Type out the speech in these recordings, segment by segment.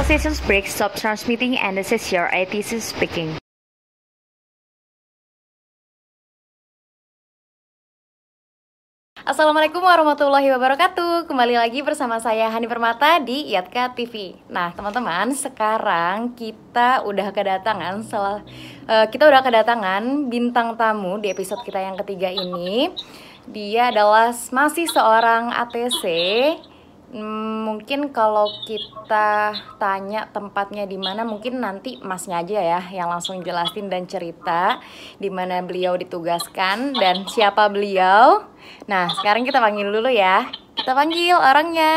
Seasons break, stop transmitting, and this is your ATC speaking. Assalamualaikum warahmatullahi wabarakatuh. Kembali lagi bersama saya Hani Permata di Yatka TV. Nah, teman-teman, sekarang kita udah kedatangan bintang tamu di episode kita yang ketiga ini. Dia adalah masih seorang ATC. Mungkin kalau kita tanya tempatnya di mana, mungkin nanti masnya aja ya yang langsung jelasin dan cerita di mana beliau ditugaskan dan siapa beliau. Nah, sekarang kita panggil dulu ya. Kita panggil orangnya.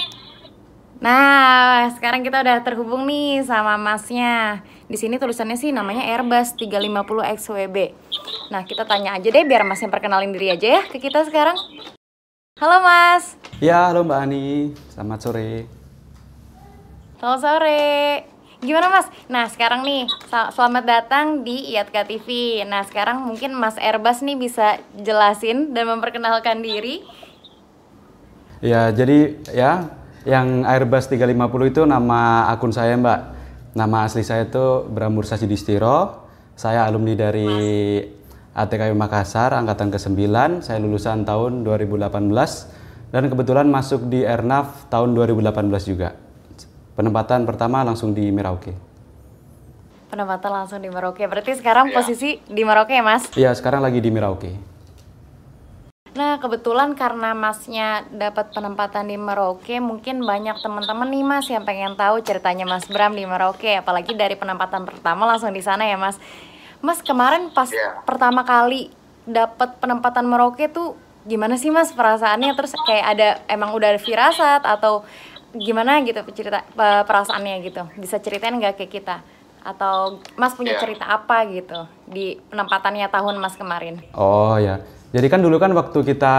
Nah, sekarang kita udah terhubung nih sama masnya. Di sini tulisannya sih namanya Airbus 350 XWB. Nah, kita tanya aja deh biar masnya perkenalin diri aja ya ke kita sekarang. Halo Mas. Ya, halo Mbak Ani. Selamat sore. Selamat sore. Gimana Mas? Nah, sekarang nih selamat datang di Yatka TV. Nah, sekarang mungkin Mas Airbus nih bisa jelasin dan memperkenalkan diri. Ya, jadi ya yang Airbus 350 itu nama akun saya, Mbak. Nama asli saya itu Bram Mursajidistiro. Saya alumni dari ATKW Makassar, angkatan ke-9, saya lulusan tahun 2018 dan kebetulan masuk di Airnav tahun 2018 juga. Penempatan pertama langsung di Merauke. Penempatan langsung di Merauke, berarti sekarang posisi di Merauke ya Mas? Iya, sekarang lagi di Merauke. Nah, kebetulan karena Masnya dapat penempatan di Merauke, mungkin banyak teman-teman nih Mas yang pengen tahu ceritanya Mas Bram di Merauke, apalagi dari penempatan pertama langsung di sana ya Mas. Mas, kemarin pas pertama kali dapat penempatan Merauke tuh gimana sih Mas perasaannya? Terus kayak emang udah ada firasat atau gimana gitu cerita perasaannya gitu? Bisa ceritain nggak ke kita? Atau Mas punya cerita apa gitu di penempatannya tahun Mas kemarin? Oh ya, jadi kan dulu kan waktu kita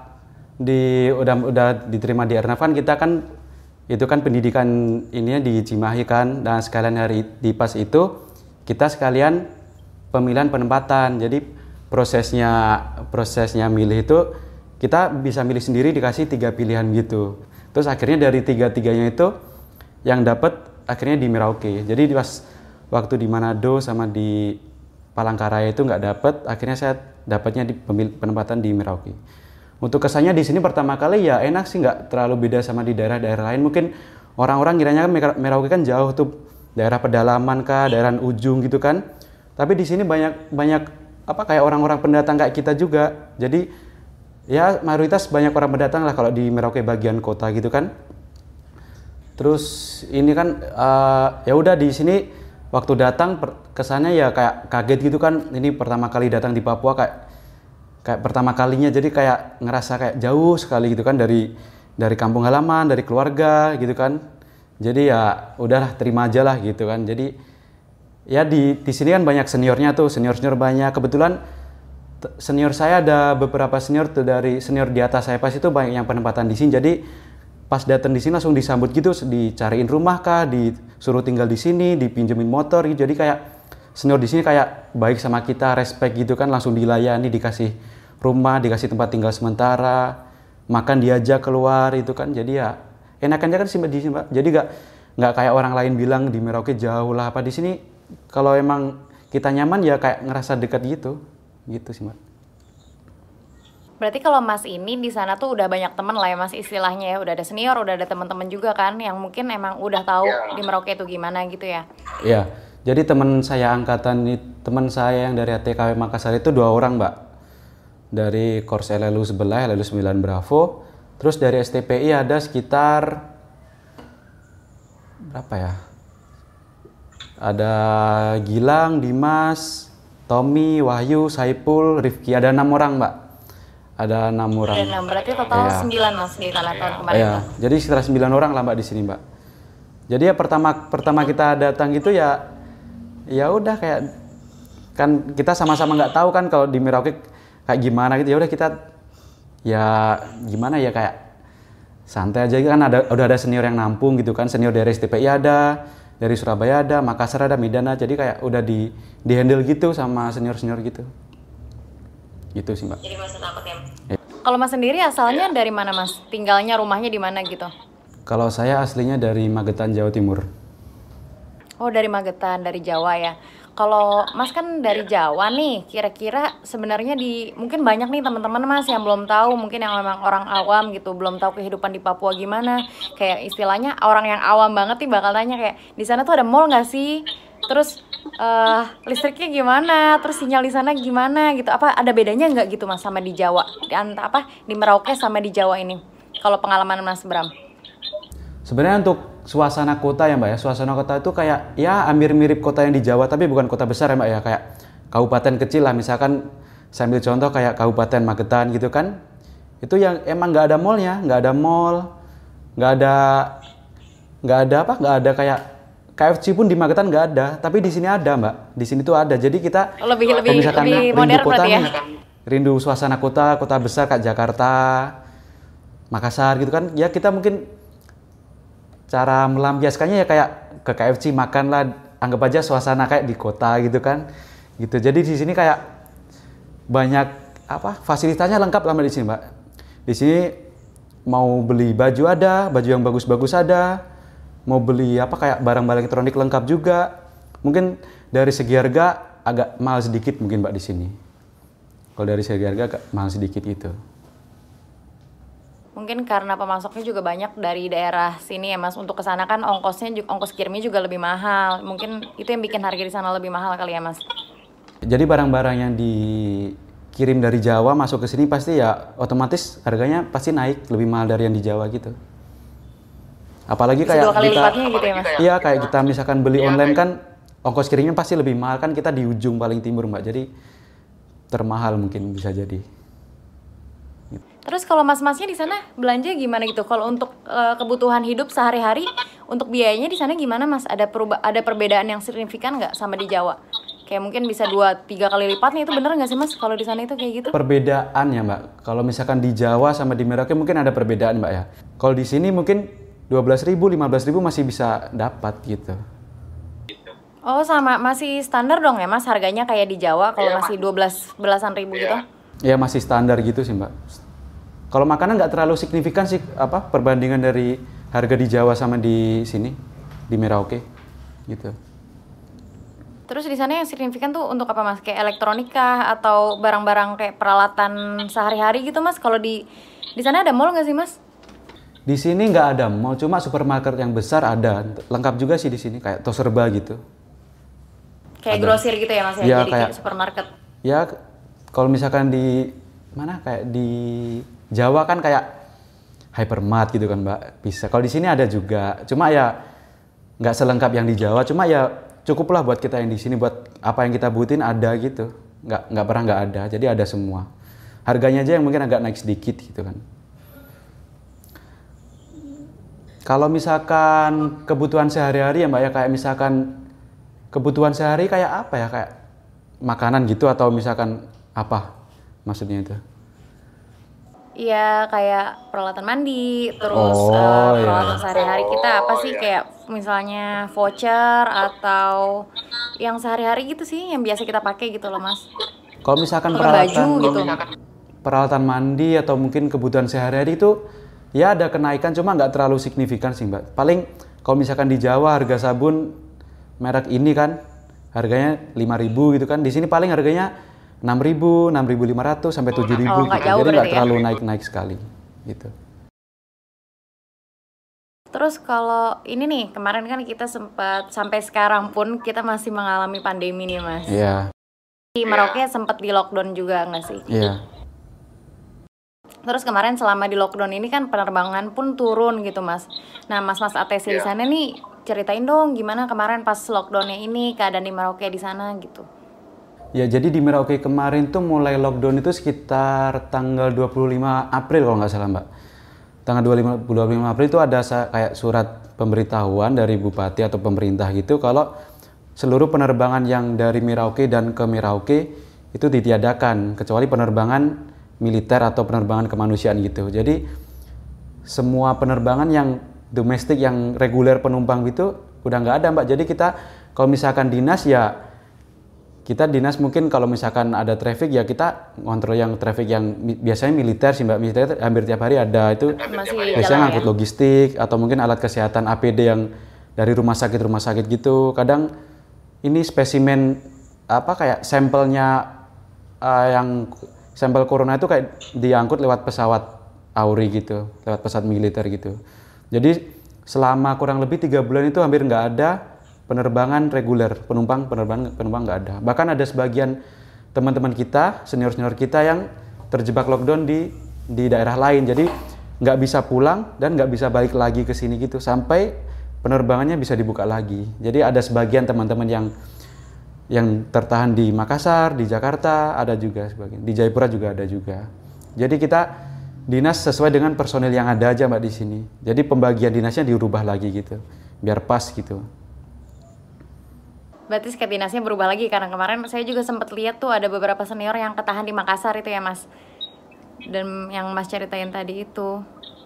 udah diterima di Airnav kan kita kan itu kan pendidikan ininya di Cimahi kan, dan sekalian hari di pas itu kita sekalian pemilihan penempatan. Jadi prosesnya milih itu kita bisa milih sendiri, dikasih 3 pilihan gitu. Terus akhirnya dari 3-3-nya itu yang dapat akhirnya di Merauke. Jadi pas waktu di Manado sama di Palangkaraya itu nggak dapat, akhirnya saya dapatnya di penempatan di Merauke. Untuk kesannya di sini pertama kali ya enak sih, nggak terlalu beda sama di daerah-daerah lain. Mungkin orang-orang kiranya kan Merauke kan jauh tuh, daerah pedalaman kah, daerah ujung gitu kan. Tapi di sini banyak kayak orang-orang pendatang kayak kita juga. Jadi ya mayoritas banyak orang pendatang lah kalau di Merauke bagian kota gitu kan. Terus ini kan ya udah di sini waktu datang kesannya ya kayak kaget gitu kan. Ini pertama kali datang di Papua, kayak pertama kalinya, jadi kayak ngerasa kayak jauh sekali gitu kan dari kampung halaman, dari keluarga gitu kan. Jadi ya udahlah, terima aja lah gitu kan. Jadi ya di sini kan banyak seniornya tuh, senior banyak. Kebetulan senior saya ada beberapa senior tuh, dari senior di atas saya pas itu banyak yang penempatan di sini. Jadi pas datang di sini langsung disambut gitu, dicariin rumah kah, disuruh tinggal di sini, dipinjemin motor gitu. Jadi kayak senior di sini kayak baik sama kita, respect gitu kan, langsung dilayani, dikasih rumah, dikasih tempat tinggal sementara, makan diajak keluar itu kan. Jadi ya enak aja kan sih di sini, Mbak. Jadi nggak kayak orang lain bilang di Merauke jauh lah apa. Di sini kalau emang kita nyaman ya kayak ngerasa dekat gitu sih Mbak. Berarti kalau Mas ini di sana tuh udah banyak teman lah ya Mas istilahnya ya, udah ada senior, udah ada teman-teman juga kan yang mungkin emang udah tahu di Merauke itu gimana gitu ya. Iya. Jadi teman saya yang dari ATKW Makassar itu 2 orang, Mbak. Dari Korps LLU sebelah, LLU 9 Bravo. Terus dari STPI ada sekitar berapa ya? Ada Gilang, Dimas, Tommy, Wahyu, Saipul, Rifki. Ada 6 orang, Mbak. Ada 6 orang. Ada 6, berarti total 9 Mas di tahun kemarin. Iya, jadi sekitar 9 orang lah Mbak di sini, Mbak. Jadi ya pertama kita datang gitu ya udah kayak kan kita sama-sama nggak tahu kan kalau di Merauke kayak gimana gitu. Ya udah kita ya gimana ya, kayak santai aja kan, udah ada senior yang nampung gitu kan. Senior dari STPI ada, dari Surabaya ada, Makassar ada, Medan ada. Jadi kayak udah di handle gitu sama senior-senior gitu. Gitu sih Mbak. Jadi Mas takut ya? Kalau Mas sendiri asalnya dari mana Mas? Tinggalnya, rumahnya di mana gitu? Kalau saya aslinya dari Magetan, Jawa Timur. Oh, dari Magetan, dari Jawa ya. Kalau Mas kan dari Jawa nih, kira-kira sebenarnya mungkin banyak nih teman-teman Mas yang belum tahu, mungkin yang memang orang awam gitu, belum tahu kehidupan di Papua gimana. Kayak istilahnya orang yang awam banget nih bakal tanya kayak di sana tuh ada mall nggak sih? Terus listriknya gimana? Terus sinyal di sana gimana gitu? Apa ada bedanya nggak gitu Mas sama di Jawa? Di Merauke sama di Jawa ini? Kalau pengalaman Mas Bram? Sebenarnya untuk suasana kota ya Mbak ya, suasana kota itu kayak ya hampir mirip kota yang di Jawa, tapi bukan kota besar ya Mbak ya, kayak kabupaten kecil lah. Misalkan saya ambil contoh kayak Kabupaten Magetan gitu kan, itu yang emang nggak ada mallnya, nggak ada mall, nggak ada nggak ada kayak KFC pun di Magetan nggak ada, tapi di sini ada Mbak, di sini tuh ada. Jadi kita kalau misalkan lebih rindu modern kota berarti ya. nih, rindu suasana kota, kota besar kayak Jakarta, Makassar gitu kan, ya kita mungkin cara melampiaskannya ya kayak ke KFC makan lah, anggap aja suasana kayak di kota gitu kan, gitu. Jadi di sini kayak banyak fasilitasnya lengkap lah Mbak di sini Mbak. Di sini mau beli baju ada, baju yang bagus-bagus ada, mau beli kayak barang-barang elektronik lengkap juga. Mungkin dari segi harga agak mahal sedikit mungkin Mbak di sini. Kalau dari segi harga agak mahal sedikit gitu. Mungkin karena pemasoknya juga banyak dari daerah sini ya Mas. Untuk ke sana kan ongkos kirimnya juga lebih mahal. Mungkin itu yang bikin harga di sana lebih mahal kali ya Mas. Jadi barang-barang yang dikirim dari Jawa masuk ke sini pasti ya otomatis harganya pasti naik lebih mahal dari yang di Jawa gitu. Apalagi Bisa kayak 2 kali kita lipatnya gitu ya Mas. Iya, kayak kita misalkan beli online kan ongkos kirimnya pasti lebih mahal kan, kita di ujung paling timur Mbak. Jadi termahal mungkin bisa jadi. Terus kalau mas-masnya di sana belanja gimana gitu? Kalau untuk kebutuhan hidup sehari-hari, untuk biayanya di sana gimana Mas? Ada perbedaan yang signifikan nggak sama di Jawa? Kayak mungkin bisa 2-3 kali lipatnya, itu bener nggak sih Mas? Kalau di sana itu kayak gitu? Perbedaan ya Mbak. Kalau misalkan di Jawa sama di Merauke mungkin ada perbedaan Mbak ya. Kalau di sini mungkin 12.000, 15.000 masih bisa dapat gitu. Oh sama, masih standar dong ya Mas harganya kayak di Jawa kalau masih 12 belasan ribu gitu? Ya masih standar gitu sih Mbak. Kalau makanan nggak terlalu signifikan sih perbandingan dari harga di Jawa sama di sini di Merauke gitu. Terus di sana yang signifikan tuh untuk apa Mas? Kayak elektronika atau barang-barang kayak peralatan sehari-hari gitu Mas? Kalau di sana ada mall nggak sih Mas? Di sini nggak ada mall, cuma supermarket yang besar ada, lengkap juga sih di sini kayak Toserba gitu. Kayak grosir gitu ya Mas ya, Ya, jadi kayak supermarket. Ya kalau misalkan di mana kayak di Jawa kan kayak hypermart gitu kan Mbak, bisa. Kalau di sini ada juga, cuma ya nggak selengkap yang di Jawa. Cuma ya cukuplah buat kita yang di sini, buat apa yang kita butuhin ada gitu. Nggak pernah nggak ada, jadi ada semua. Harganya aja yang mungkin agak naik sedikit gitu kan. Kalau misalkan kebutuhan sehari-hari ya Mbak ya, kayak misalkan kebutuhan sehari kayak apa ya, kayak makanan gitu atau misalkan apa maksudnya itu? Iya kayak peralatan mandi, terus peralatan sehari-hari kita apa sih kayak misalnya voucher atau yang sehari-hari gitu sih yang biasa kita pakai gitu loh Mas. Kalau misalkan baju gitu. peralatan mandi atau mungkin kebutuhan sehari-hari itu ya ada kenaikan, cuma nggak terlalu signifikan sih Mbak. Paling kalau misalkan di Jawa harga sabun merek ini kan harganya 5.000 gitu kan, di sini paling harganya 6.000, 6.500 sampai 7.000 gitu. Jadi nggak terlalu naik-naik sekali gitu. Terus kalau ini nih, kemarin kan kita sempat sampai sekarang pun kita masih mengalami pandemi nih Mas. Iya. Di Merauke sempat di lockdown juga nggak sih? Iya. Terus kemarin selama di lockdown ini kan penerbangan pun turun gitu Mas. Nah Mas-mas ATC di sana nih ceritain dong gimana kemarin pas lockdownnya ini keadaan di Merauke di sana gitu. Ya jadi di Merauke kemarin tuh mulai lockdown itu sekitar tanggal 25 April kalau nggak salah Mbak. Tanggal 25 April itu ada kayak surat pemberitahuan dari Bupati atau pemerintah gitu kalau seluruh penerbangan yang dari Merauke dan ke Merauke itu ditiadakan kecuali penerbangan militer atau penerbangan kemanusiaan gitu. Jadi semua penerbangan yang domestik yang reguler penumpang itu udah nggak ada Mbak. Jadi kita kalau misalkan dinas ya kita dinas mungkin kalau misalkan ada traffic ya kita ngontrol yang traffic yang biasanya militer sih Mbak. Militer hampir tiap hari ada itu biasanya ngangkut logistik atau mungkin alat kesehatan APD yang dari rumah sakit gitu. Kadang ini spesimen apa kayak sampelnya yang sampel corona itu kayak diangkut lewat pesawat Auri gitu, lewat pesawat militer gitu. Jadi selama kurang lebih 3 bulan itu hampir nggak ada penerbangan reguler, penumpang nggak ada. Bahkan ada sebagian teman-teman kita, senior kita yang terjebak lockdown di daerah lain. Jadi nggak bisa pulang dan nggak bisa balik lagi ke sini gitu sampai penerbangannya bisa dibuka lagi. Jadi ada sebagian teman-teman yang tertahan di Makassar, di Jakarta, ada juga sebagian. Di Jayapura juga ada juga. Jadi kita dinas sesuai dengan personil yang ada aja Mbak di sini. Jadi pembagian dinasnya dirubah lagi gitu, biar pas gitu. Berarti setiap dinasnya berubah lagi, karena kemarin saya juga sempat lihat tuh ada beberapa senior yang ketahan di Makassar itu ya Mas. Dan yang Mas ceritain tadi itu.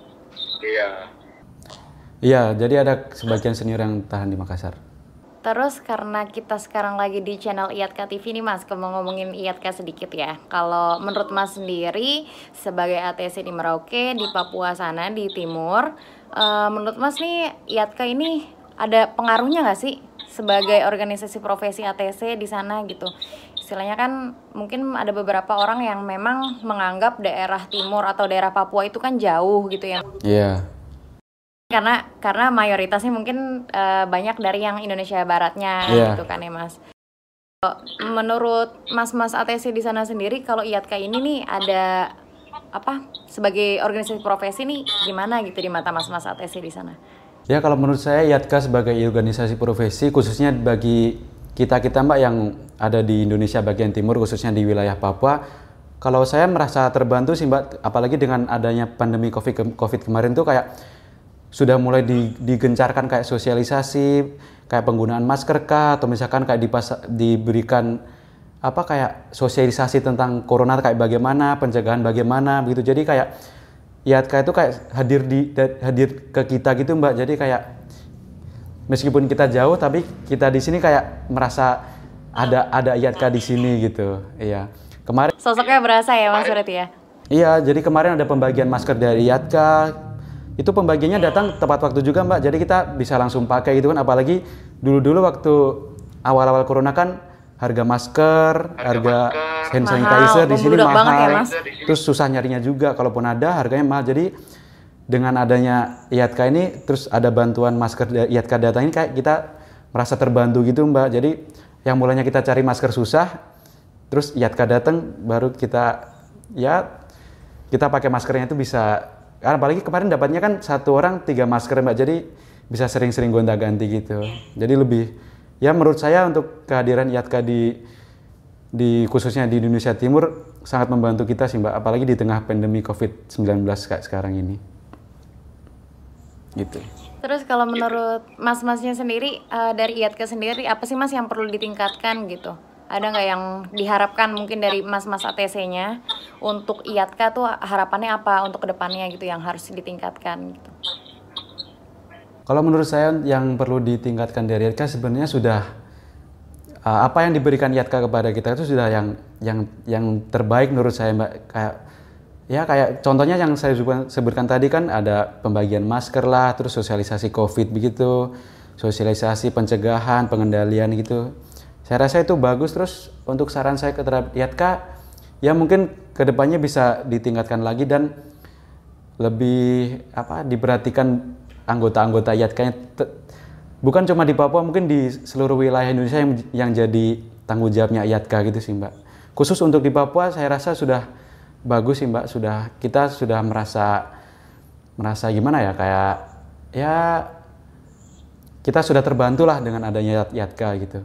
Iya, jadi ada sebagian senior yang tahan di Makassar. Terus karena kita sekarang lagi di channel IATKA TV nih Mas, mau ngomongin IATKA sedikit ya. Kalau menurut Mas sendiri sebagai ATC di Merauke, di Papua sana, di timur, menurut Mas nih IATKA ini ada pengaruhnya nggak sih sebagai organisasi profesi ATC di sana gitu? Istilahnya kan mungkin ada beberapa orang yang memang menganggap daerah timur atau daerah Papua itu kan jauh gitu ya. Iya. Karena mayoritasnya mungkin banyak dari yang Indonesia Baratnya gitu kan ya Mas. Menurut Mas ATC di sana sendiri, kalau IATKA ini nih ada apa sebagai organisasi profesi nih gimana gitu di mata Mas ATC di sana? Ya kalau menurut saya IATKA sebagai organisasi profesi khususnya bagi kita Mbak yang ada di Indonesia bagian timur khususnya di wilayah Papua, kalau saya merasa terbantu sih Mbak, apalagi dengan adanya pandemi COVID kemarin tuh kayak sudah mulai digencarkan kayak sosialisasi, kayak penggunaan masker kah, atau misalkan kayak diberikan apa kayak sosialisasi tentang corona kayak bagaimana, pencegahan bagaimana begitu. Jadi kayak IATKA itu kayak hadir ke kita gitu Mbak. Jadi kayak meskipun kita jauh tapi kita di sini kayak merasa ada IATKA di sini gitu. Iya. Kemarin sosoknya berasa ya Mas berarti ya? Iya, jadi kemarin ada pembagian masker dari IATKA. Itu pembagiannya datang tepat waktu juga Mbak. Jadi kita bisa langsung pakai gitu kan, apalagi dulu waktu awal-awal corona kan harga masker, harga hand sanitizer di sini mahal. Ya, terus susah nyarinya juga, kalaupun ada harganya mahal. Jadi dengan adanya IATKA ini, terus ada bantuan masker IATKA datang ini, kayak kita merasa terbantu gitu Mbak. Jadi yang mulanya kita cari masker susah, terus IATKA datang, baru kita pakai maskernya itu bisa. Karena apalagi kemarin dapatnya kan 1 orang 3 masker Mbak, jadi bisa sering-sering gonta-ganti gitu. Jadi lebih, ya menurut saya untuk kehadiran IATKA di khususnya di Indonesia Timur sangat membantu kita sih Mbak, apalagi di tengah pandemi COVID-19 kayak sekarang ini. Gitu. Terus kalau menurut Mas-masnya sendiri, dari IATKA sendiri apa sih Mas yang perlu ditingkatkan gitu? Ada nggak yang diharapkan mungkin dari Mas ATC-nya untuk IATKA tuh harapannya apa untuk kedepannya gitu yang harus ditingkatkan gitu? Kalau menurut saya yang perlu ditingkatkan dari IATKA sebenarnya sudah apa yang diberikan IATKA kepada kita itu sudah yang terbaik menurut saya Mbak. Kayak contohnya yang saya sebutkan tadi kan ada pembagian masker lah, terus sosialisasi COVID begitu, sosialisasi pencegahan, pengendalian gitu. Saya rasa itu bagus. Terus untuk saran saya terhadap IATKA, ya mungkin kedepannya bisa ditingkatkan lagi dan lebih diperhatikan anggota-anggota IATKA-nya. Bukan cuma di Papua, mungkin di seluruh wilayah Indonesia yang jadi tanggung jawabnya IATKA gitu sih Mbak. Khusus untuk di Papua saya rasa sudah bagus sih Mbak. Kita sudah merasa gimana ya, kayak ya kita sudah terbantu lah dengan adanya IATKA gitu.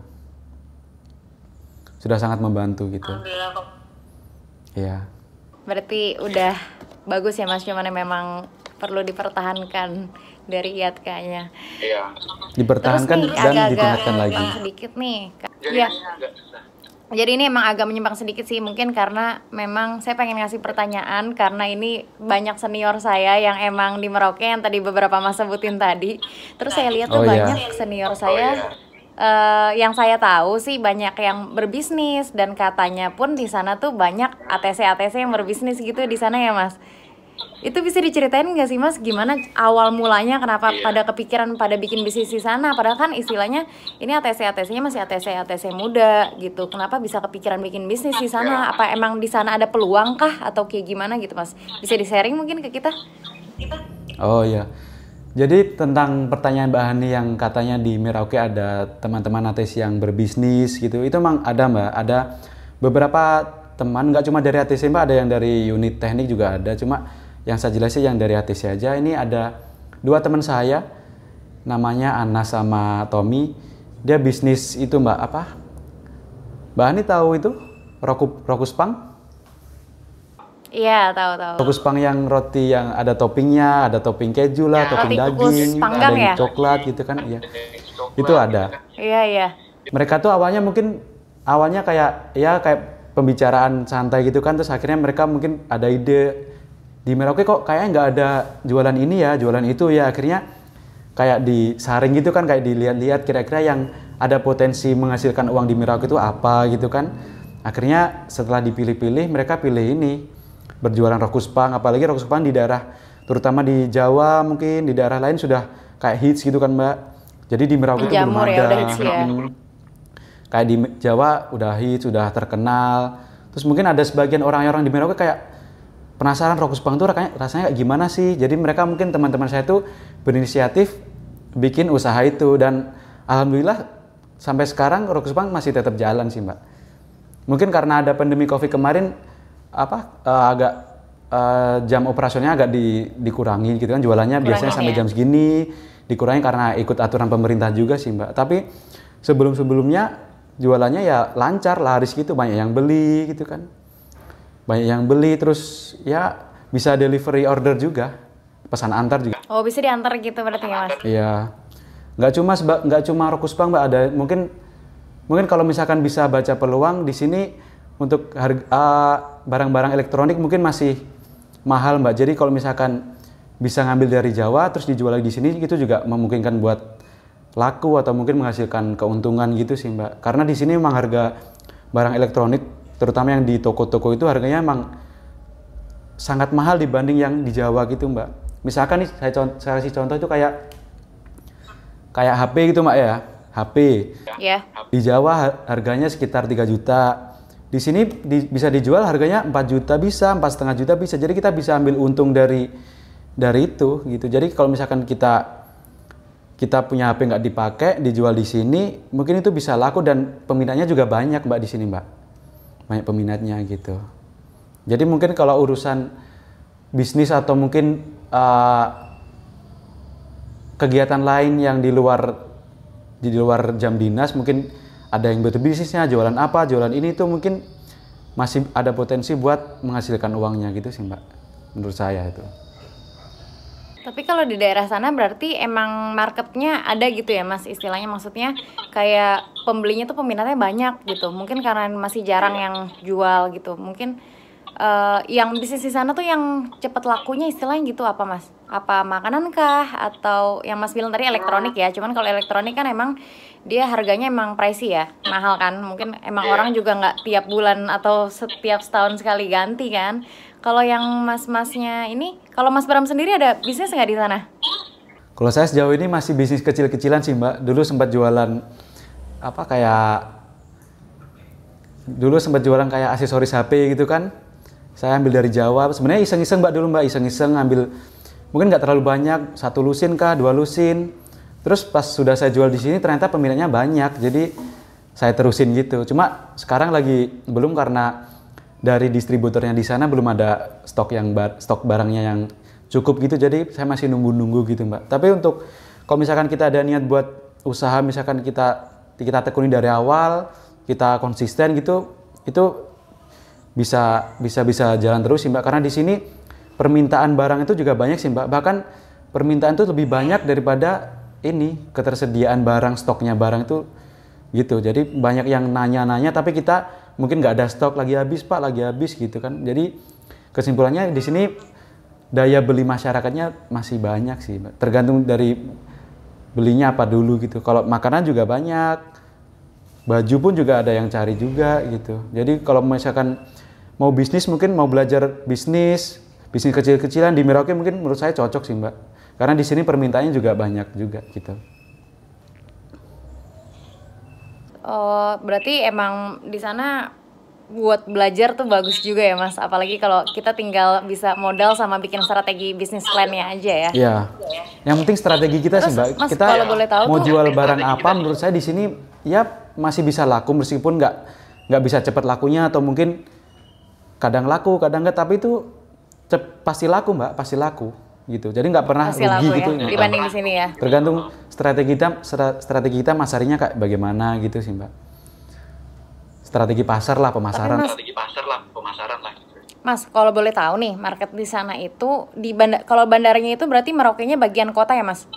Sudah sangat membantu gitu. Alhamdulillah kok. Iya. Berarti udah bagus ya Mas, cuman memang perlu dipertahankan dari IATKA-nya. Iya. Dipertahankan dan ditingkatkan lagi. Sedikit nih. Iya. Jadi ini emang agak menyimpang sedikit sih, mungkin karena memang saya pengen ngasih pertanyaan karena ini banyak senior saya yang emang di Merauke yang tadi beberapa Mas sebutin tadi. Terus saya lihat tuh banyak senior saya yang saya tahu sih banyak yang berbisnis, dan katanya pun di sana tuh banyak ATC yang berbisnis gitu di sana ya Mas. Itu bisa diceritain nggak sih Mas, gimana awal mulanya, kenapa pada kepikiran pada bikin bisnis di sana? Padahal kan istilahnya ini ATC-ATC-nya masih ATC muda gitu. Kenapa bisa kepikiran bikin bisnis di sana? Apa emang di sana ada peluang kah atau kayak gimana gitu Mas? Bisa di-sharing mungkin ke kita? Oh iya. Jadi tentang pertanyaan Mbak Hani yang katanya di Merauke ada teman-teman ATC yang berbisnis gitu, itu emang ada Mbak. Ada beberapa teman, nggak cuma dari ATC Mbak, ada yang dari unit teknik juga ada. Cuma yang saya jelasin yang dari ATC aja. Ini ada 2 teman saya, namanya Anas sama Tommy. Dia bisnis itu Mbak, apa? Mbak Hani tahu itu? Rokus Pang? Iya, tahu. Rokus Pang yang roti yang ada toppingnya, ada topping keju lah, topping Roti kukus daging, panggang ada yang ya? coklat gitu kan. Iya. Itu ada. Iya. Mereka tuh awalnya kayak pembicaraan santai gitu kan, terus akhirnya mereka mungkin ada ide di Merauke kok kayaknya nggak ada jualan ini ya, jualan itu ya. Akhirnya kayak disaring gitu kan, kayak dilihat-lihat kira-kira yang ada potensi menghasilkan uang di Merauke itu apa gitu kan. Akhirnya setelah dipilih-pilih, mereka pilih ini, berjualan rokus pang. Apalagi rokus pang di daerah, terutama di Jawa, mungkin di daerah lain sudah kayak hits gitu kan Mbak. Jadi di Merauke itu belum ada. Udah hits ya. Kayak di Jawa udah hits, sudah terkenal. Terus mungkin ada sebagian orang-orang di Merauke kayak penasaran rokus pang itu rasanya kayak gimana sih. Jadi mereka mungkin teman-teman saya itu berinisiatif bikin usaha itu, dan alhamdulillah sampai sekarang rokus pang masih tetap jalan sih Mbak. Mungkin karena ada pandemi Covid kemarin jam operasionalnya agak dikurangi gitu kan, jualannya biasanya sampai jam segini, dikurangi karena ikut aturan pemerintah juga sih Mbak. Tapi sebelumnya jualannya ya lancar, laris gitu, banyak yang beli gitu kan. Banyak yang beli, terus ya bisa delivery order juga, pesan antar juga. Oh, bisa diantar gitu berarti ya Mas? Iya, nggak cuma rokus pang Mbak, ada mungkin kalau misalkan bisa baca peluang di sini untuk harga barang-barang elektronik mungkin masih mahal Mbak. Jadi kalau misalkan bisa ngambil dari Jawa terus dijual lagi di sini, itu juga memungkinkan buat laku atau mungkin menghasilkan keuntungan gitu sih Mbak. Karena di sini memang harga barang elektronik, terutama yang di toko-toko itu harganya emang sangat mahal dibanding yang di Jawa gitu Mbak. Misalkan nih saya kasih contoh itu kayak HP gitu Mbak ya, HP. Iya. Di Jawa harganya sekitar 3 juta. Di sini bisa dijual harganya 4 juta bisa, 4,5 juta bisa. Jadi kita bisa ambil untung dari itu gitu. Jadi kalau misalkan kita punya HP nggak dipakai, dijual di sini, mungkin itu bisa laku dan peminatnya juga banyak Mbak di sini Mbak. Banyak peminatnya gitu. Jadi mungkin kalau urusan bisnis atau mungkin kegiatan lain yang di luar jam dinas, mungkin ada yang betul bisnisnya, jualan apa, jualan ini, itu mungkin masih ada potensi buat menghasilkan uangnya gitu sih Mbak, menurut saya itu. Tapi kalau di daerah sana berarti emang marketnya ada gitu ya Mas, istilahnya, maksudnya kayak pembelinya tuh peminatnya banyak gitu. Mungkin karena masih jarang yang jual gitu. Mungkin yang bisnis di sana tuh yang cepet lakunya istilahnya gitu apa Mas? Apa makanan kah? Atau yang Mas bilang tadi elektronik ya? Cuman kalau elektronik kan emang dia harganya emang pricey ya, mahal kan. Mungkin emang orang juga nggak tiap bulan atau setiap setahun sekali ganti kan. Kalau yang mas-masnya ini, kalau Mas Bram sendiri ada bisnis nggak di sana? Kalau saya sejauh ini masih bisnis kecil-kecilan sih Mbak. Dulu sempat jualan kayak aksesoris HP gitu kan. Saya ambil dari Jawa. Sebenarnya iseng-iseng Mbak dulu Mbak, iseng-iseng ambil, mungkin nggak terlalu banyak, 1 lusin kah, 2 lusin. Terus pas sudah saya jual di sini ternyata peminatnya banyak. Jadi saya terusin gitu. Cuma sekarang lagi belum, karena dari distributornya di sana belum ada stok barangnya yang cukup gitu. Jadi saya masih nunggu gitu Mbak. Tapi untuk kalau misalkan kita ada niat buat usaha, misalkan kita tekuni dari awal, kita konsisten gitu, itu bisa jalan terus sih Mbak. Karena di sini permintaan barang itu juga banyak sih Mbak. Bahkan permintaan itu lebih banyak daripada ini ketersediaan barang, stoknya barang itu gitu. Jadi banyak yang nanya-nanya, tapi kita mungkin nggak ada stok, lagi habis Pak, lagi habis gitu kan. Jadi kesimpulannya di sini daya beli masyarakatnya masih banyak sih Mbak. Tergantung dari belinya apa dulu gitu. Kalau makanan juga banyak, baju pun juga ada yang cari juga gitu. Jadi kalau misalkan mau bisnis, mungkin mau belajar bisnis, bisnis kecil-kecilan di Merauke mungkin menurut saya cocok sih Mbak. Karena di sini permintaannya juga banyak juga gitu. Oh, berarti emang di sana buat belajar tuh bagus juga ya Mas. Apalagi kalau kita tinggal bisa modal sama bikin strategi bisnis plan-nya aja ya. Iya. Yang penting strategi kita sih Mbak. Mas, Kita kalau boleh tahu mau tuh, jual barang apa menurut saya di sini ya masih bisa laku meskipun nggak bisa cepat lakunya atau mungkin kadang laku, kadang enggak, tapi itu pasti laku Mbak, pasti laku gitu. Jadi nggak pernah pasti rugi laku gitu. ya, dibanding di sini ya. Tergantung strategi kita masarnya kayak bagaimana gitu sih Mbak. Strategi pasar lah, pemasaran. Mas, kalau boleh tahu nih, market di sana itu kalau bandaranya itu berarti Merauke-nya bagian kota ya, Mas?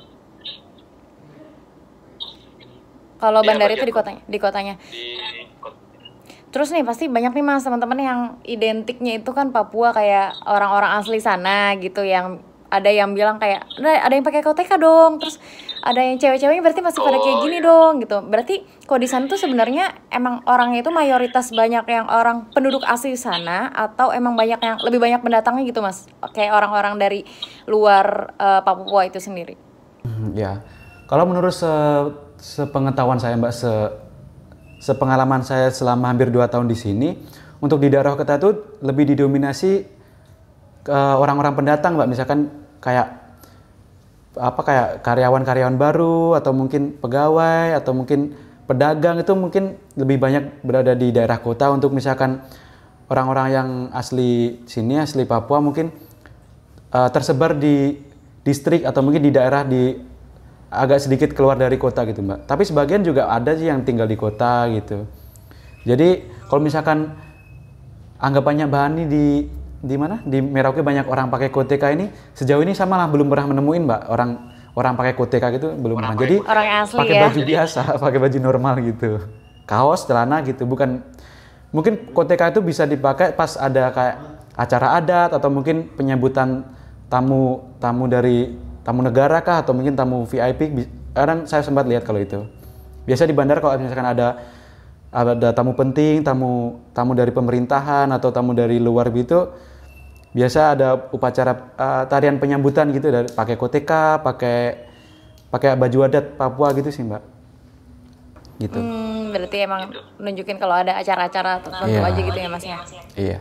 Kalau bandara itu di kotanya. Terus nih pasti banyak nih Mas teman-teman yang identiknya itu kan Papua kayak orang-orang asli sana gitu, yang ada yang bilang kayak ada yang pakai koteka dong, terus ada yang cewek-ceweknya berarti masih pada kayak gini dong gitu. Berarti kalau di sana tuh sebenarnya emang orangnya itu mayoritas banyak yang orang penduduk asli sana atau emang banyak yang lebih banyak pendatangnya gitu Mas? Kayak orang-orang dari luar Papua itu sendiri. Ya. Kalau menurut sepengetahuan saya Mbak, sepengalaman saya selama hampir 2 tahun di sini, untuk di daerah kita tuh lebih didominasi orang-orang pendatang Mbak, misalkan kayak karyawan-karyawan baru atau mungkin pegawai atau mungkin pedagang, itu mungkin lebih banyak berada di daerah kota. Untuk misalkan orang-orang yang asli sini, asli Papua mungkin tersebar di distrik atau mungkin di daerah di agak sedikit keluar dari kota gitu Mbak. Tapi sebagian juga ada sih yang tinggal di kota gitu. Jadi kalau misalkan anggapannya Bani di mana? Di Merauke banyak orang pakai koteka ini, sejauh ini sama lah belum pernah menemuin Mbak orang pakai koteka gitu, belum pernah. Jadi orang asli pakai ya. baju biasa, pakai baju normal gitu. Kaos, celana gitu, bukan. Mungkin koteka itu bisa dipakai pas ada kayak acara adat atau mungkin penyambutan tamu dari tamu negara kah atau mungkin tamu VIP. Kadang saya sempat lihat kalau itu. Biasa di bandara kalau misalkan ada tamu penting, tamu dari pemerintahan atau tamu dari luar gitu, biasa ada upacara tarian penyambutan gitu, pakai koteka, pakai baju adat Papua gitu sih Mbak. Gitu. Berarti emang nunjukin kalau ada acara-acara tertentu aja gitu ya Mas ya. Iya.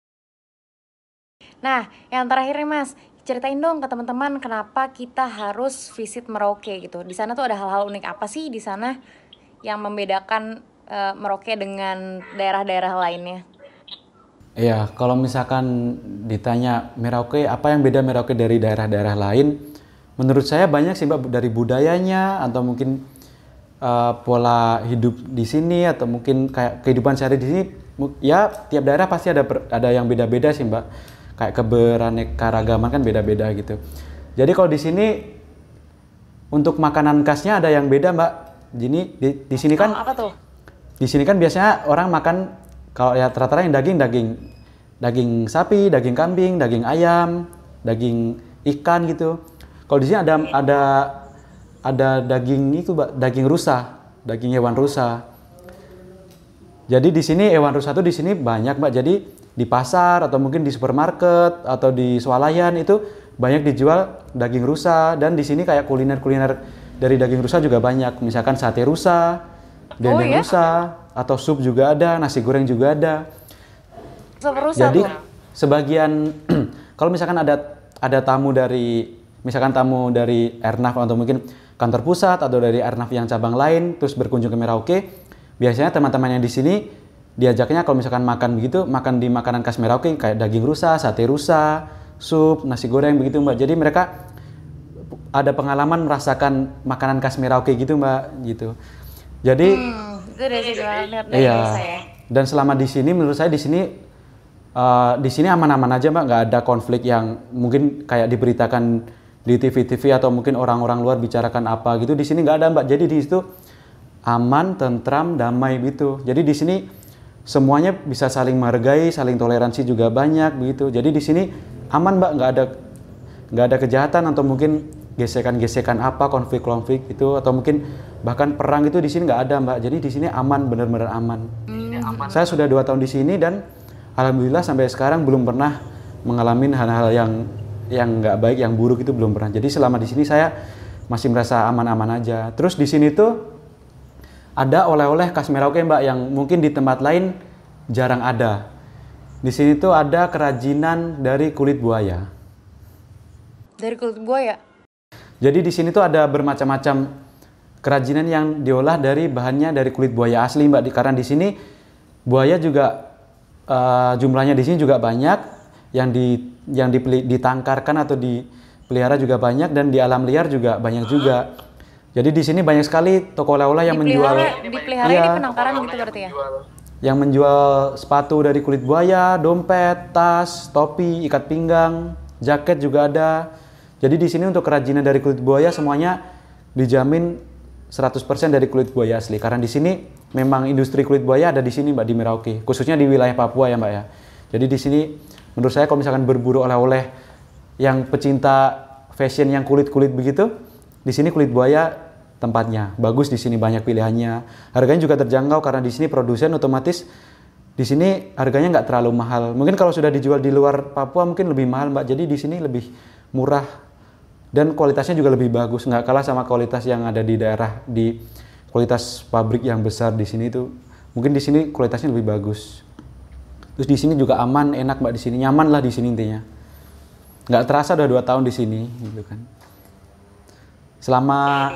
Nah, yang terakhir nih Mas, ceritain dong ke teman-teman kenapa kita harus visit Merauke gitu. Di sana tuh ada hal-hal unik apa sih di sana yang membedakan Merauke dengan daerah-daerah lainnya? Iya, kalau misalkan ditanya Merauke, apa yang beda Merauke dari daerah-daerah lain? Menurut saya banyak sih Mbak, dari budayanya atau mungkin pola hidup di sini atau mungkin kayak kehidupan sehari di sini. Ya, tiap daerah pasti ada yang beda-beda sih Mbak. Kayak keberaneka-ragaman kan beda-beda gitu. Jadi kalau di sini untuk makanan khasnya ada yang beda Mbak. Jadi di sini kan apa tuh? Di sini kan biasanya orang makan kalau ya rata-rata yang daging sapi, daging kambing, daging ayam, daging ikan gitu. Kalau di sini ada daging itu Mbak, daging rusa, daging hewan rusa. Jadi di sini hewan rusa tuh di sini banyak Mbak. Jadi di pasar atau mungkin di supermarket atau di swalayan itu banyak dijual daging rusa, dan di sini kayak kuliner-kuliner dari daging rusa juga banyak. Misalkan sate rusa, dendeng rusa, atau sup juga ada, nasi goreng juga ada. Sup rusa. Jadi sebagian kalau misalkan ada tamu dari Airnav atau mungkin kantor pusat atau dari Airnav yang cabang lain terus berkunjung ke Merauke, biasanya teman-teman yang di sini diajaknya kalau misalkan makan begitu, makan di makanan khas Merauke kayak daging rusa, sate rusa, sup, nasi goreng begitu Mbak. Jadi mereka ada pengalaman merasakan makanan khas Merauke gitu Mbak, gitu. Jadi itu dari iya. Dan selama di sini menurut saya di sini aman-aman aja Mbak, nggak ada konflik yang mungkin kayak diberitakan di TV-TV atau mungkin orang-orang luar bicarakan apa gitu. Di sini nggak ada Mbak. Jadi di situ aman, tentram, damai gitu. Jadi di sini semuanya bisa saling menghargai, saling toleransi juga banyak begitu. Jadi di sini aman Mbak, nggak ada kejahatan atau mungkin gesekan-gesekan apa, konflik-konflik itu atau mungkin bahkan perang itu di sini nggak ada Mbak. Jadi di sini aman, benar-benar aman. Saya sudah 2 tahun di sini dan alhamdulillah sampai sekarang belum pernah mengalami hal-hal yang nggak baik, yang buruk itu belum pernah. Jadi selama di sini saya masih merasa aman-aman aja. Terus di sini tuh ada oleh-oleh khas Merauke Mbak yang mungkin di tempat lain jarang ada. Di sini tuh ada kerajinan dari kulit buaya. Dari kulit buaya? Jadi di sini tuh ada bermacam-macam kerajinan yang diolah dari bahannya dari kulit buaya asli Mbak. Karena di sini buaya juga jumlahnya di sini juga banyak, yang ditangkarkan atau dipelihara juga banyak, dan di alam liar juga banyak juga. Jadi di sini banyak sekali toko oleh-oleh yang dipelihara iya, di penangkaran gitu berarti ya? yang menjual sepatu dari kulit buaya, dompet, tas, topi, ikat pinggang, jaket juga ada. Jadi di sini untuk kerajinan dari kulit buaya semuanya dijamin 100% dari kulit buaya asli. Karena di sini memang industri kulit buaya ada di sini Mbak, di Merauke, khususnya di wilayah Papua ya Mbak ya. Jadi di sini menurut saya kalau misalkan berburu oleh-oleh yang pecinta fashion yang kulit-kulit begitu, di sini kulit buaya tempatnya. Bagus di sini, banyak pilihannya. Harganya juga terjangkau karena di sini produsen otomatis di sini harganya nggak terlalu mahal. Mungkin kalau sudah dijual di luar Papua mungkin lebih mahal Mbak. Jadi di sini lebih murah. Dan kualitasnya juga lebih bagus, nggak kalah sama kualitas yang ada di daerah, di kualitas pabrik yang besar di sini itu. Mungkin di sini kualitasnya lebih bagus. Terus di sini juga aman, enak Mbak, di sini nyaman lah di sini intinya. Nggak terasa udah 2 tahun di sini, gitu kan. Selama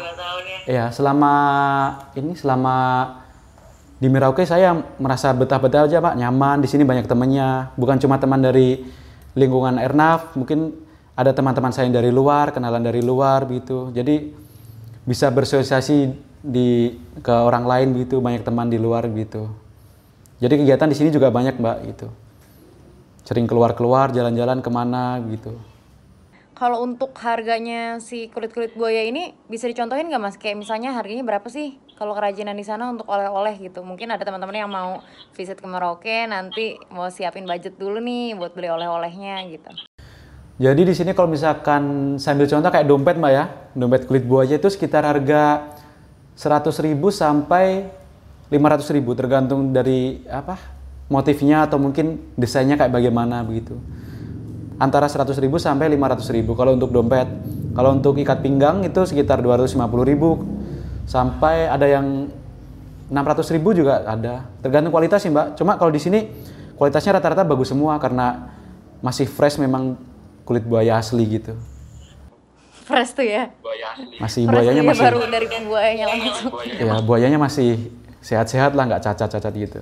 di Merauke saya merasa betah-betah aja Pak, nyaman. Di sini banyak temannya, bukan cuma teman dari lingkungan Airnav, mungkin ada teman-teman saya yang dari luar, kenalan dari luar gitu. Jadi bisa bersosialisasi ke orang lain gitu, banyak teman di luar gitu. Jadi kegiatan di sini juga banyak Mbak gitu. Sering keluar-keluar, jalan-jalan kemana gitu. Kalau untuk harganya si kulit-kulit buaya ini bisa dicontohin nggak Mas? Kayak misalnya harganya berapa sih kalau kerajinan di sana untuk oleh-oleh gitu? Mungkin ada teman-teman yang mau visit ke Merauke, nanti mau siapin budget dulu nih buat beli oleh-olehnya gitu. Jadi di sini kalau misalkan sambil contoh kayak dompet Mbak ya, dompet kulit buaya itu sekitar harga 100.000 sampai 500.000 tergantung dari motifnya atau mungkin desainnya kayak bagaimana begitu. Antara 100.000 sampai 500.000 kalau untuk dompet. Kalau untuk ikat pinggang itu sekitar 250.000 sampai ada yang 600.000 juga ada. Tergantung kualitas sih Mbak. Cuma kalau di sini kualitasnya rata-rata bagus semua karena masih fresh, memang kulit buaya asli gitu. Fresh tuh ya? Masih buayanya masih baru dari buayanya langsung. Ya buayanya masih sehat-sehat lah, nggak cacat-cacat gitu.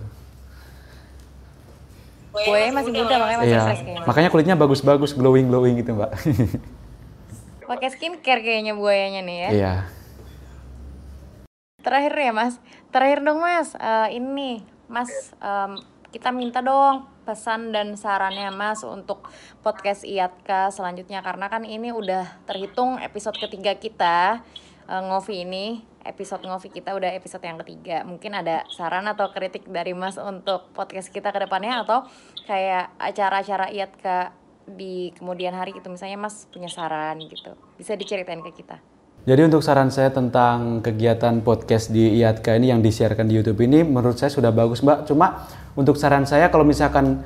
Buayanya masih muda makanya masih fresh kayaknya. Makanya kulitnya bagus-bagus, glowing gitu Mbak. Pakai skincare kayaknya buayanya nih ya. Iya. Terakhir ya Mas, terakhir dong Mas, ini Mas kita minta dong pesan dan sarannya Mas untuk podcast IATKA selanjutnya, karena kan ini udah terhitung episode ketiga kita Ngopi ini, episode Ngopi kita udah episode yang ketiga. Mungkin ada saran atau kritik dari Mas untuk podcast kita ke depannya, atau kayak acara-acara IATKA di kemudian hari gitu, misalnya Mas punya saran gitu, bisa diceritain ke kita. Jadi untuk saran saya tentang kegiatan podcast di IATKA ini yang disiarkan di YouTube ini, menurut saya sudah bagus Mbak. Cuma untuk saran saya kalau misalkan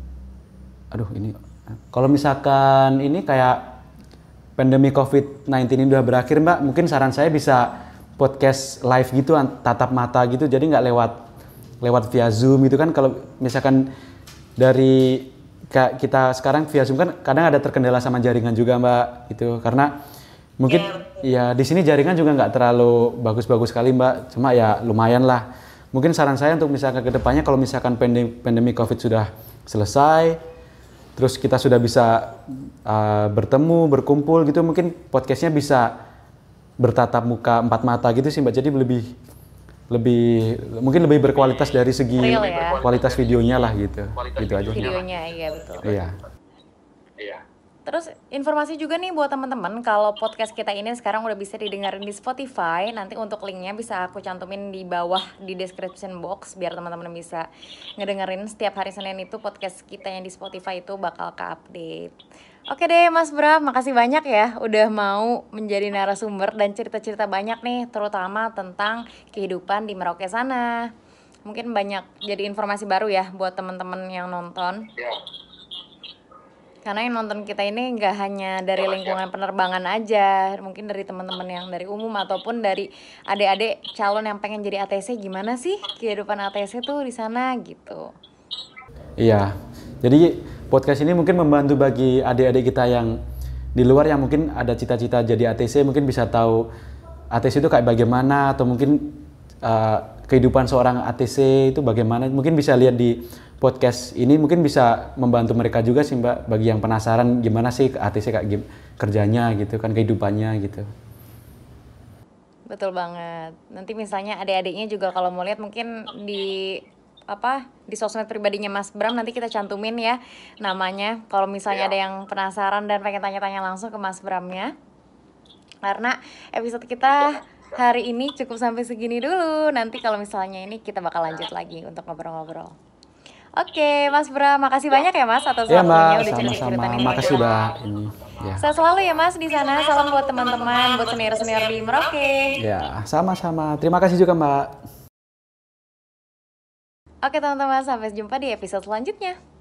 ini kayak pandemi COVID-19 ini udah berakhir Mbak, mungkin saran saya bisa podcast live gitu, tatap mata gitu, jadi nggak lewat via Zoom gitu kan. Kalau misalkan dari kita sekarang via Zoom kan kadang ada terkendala sama jaringan juga Mbak gitu, karena mungkin ya di sini jaringan juga nggak terlalu bagus-bagus sekali Mbak, cuma ya lumayan lah. Mungkin saran saya untuk misalkan ke depannya kalau misalkan pandemi COVID sudah selesai, terus kita sudah bisa bertemu, berkumpul gitu, mungkin podcastnya bisa bertatap muka 4 mata gitu sih Mbak. Jadi mungkin lebih berkualitas dari segi real, ya? Kualitas videonya lah gitu. Gitu aja. Videonya iya betul. Iya. Terus informasi juga nih buat teman-teman, kalau podcast kita ini sekarang udah bisa didengarin di Spotify. Nanti untuk linknya bisa aku cantumin di bawah di description box biar teman-teman bisa ngedengerin setiap hari Senin itu podcast kita yang di Spotify itu bakal ke-update. Oke deh Mas Bram, makasih banyak ya udah mau menjadi narasumber dan cerita-cerita banyak nih, terutama tentang kehidupan di Merauke sana. Mungkin banyak jadi informasi baru ya buat teman-teman yang nonton. Karena yang nonton kita ini nggak hanya dari lingkungan penerbangan aja, mungkin dari teman-teman yang dari umum ataupun dari adik-adik calon yang pengen jadi ATC, gimana sih kehidupan ATC tuh di sana gitu. Iya, jadi podcast ini mungkin membantu bagi adik-adik kita yang di luar yang mungkin ada cita-cita jadi ATC, mungkin bisa tahu ATC itu kayak bagaimana, atau mungkin kehidupan seorang ATC itu bagaimana. Mungkin bisa lihat di podcast ini, mungkin bisa membantu mereka juga sih Mbak, bagi yang penasaran gimana sih ATC kayak kerjanya gitu kan, kehidupannya gitu. Betul banget. Nanti misalnya adik-adiknya juga kalau mau lihat mungkin di sosmed pribadinya Mas Bram nanti kita cantumin ya namanya. Kalau misalnya ada yang penasaran dan pengen tanya-tanya langsung ke Mas Bramnya. Karena episode kita hari ini cukup sampai segini dulu. Nanti kalau misalnya ini kita bakal lanjut lagi untuk ngobrol-ngobrol. Oke, Mas Bram, makasih banyak ya Mas atas Ya waktunya Mbak, udah cerita-cerita sama-sama. nih. Makasih udah ini. Ya. Saya selalu ya Mas di sana. Salam buat teman-teman, buat senior-senior di Merauke. Ya, sama-sama. Terima kasih juga Mbak. Oke teman-teman, sampai jumpa di episode selanjutnya.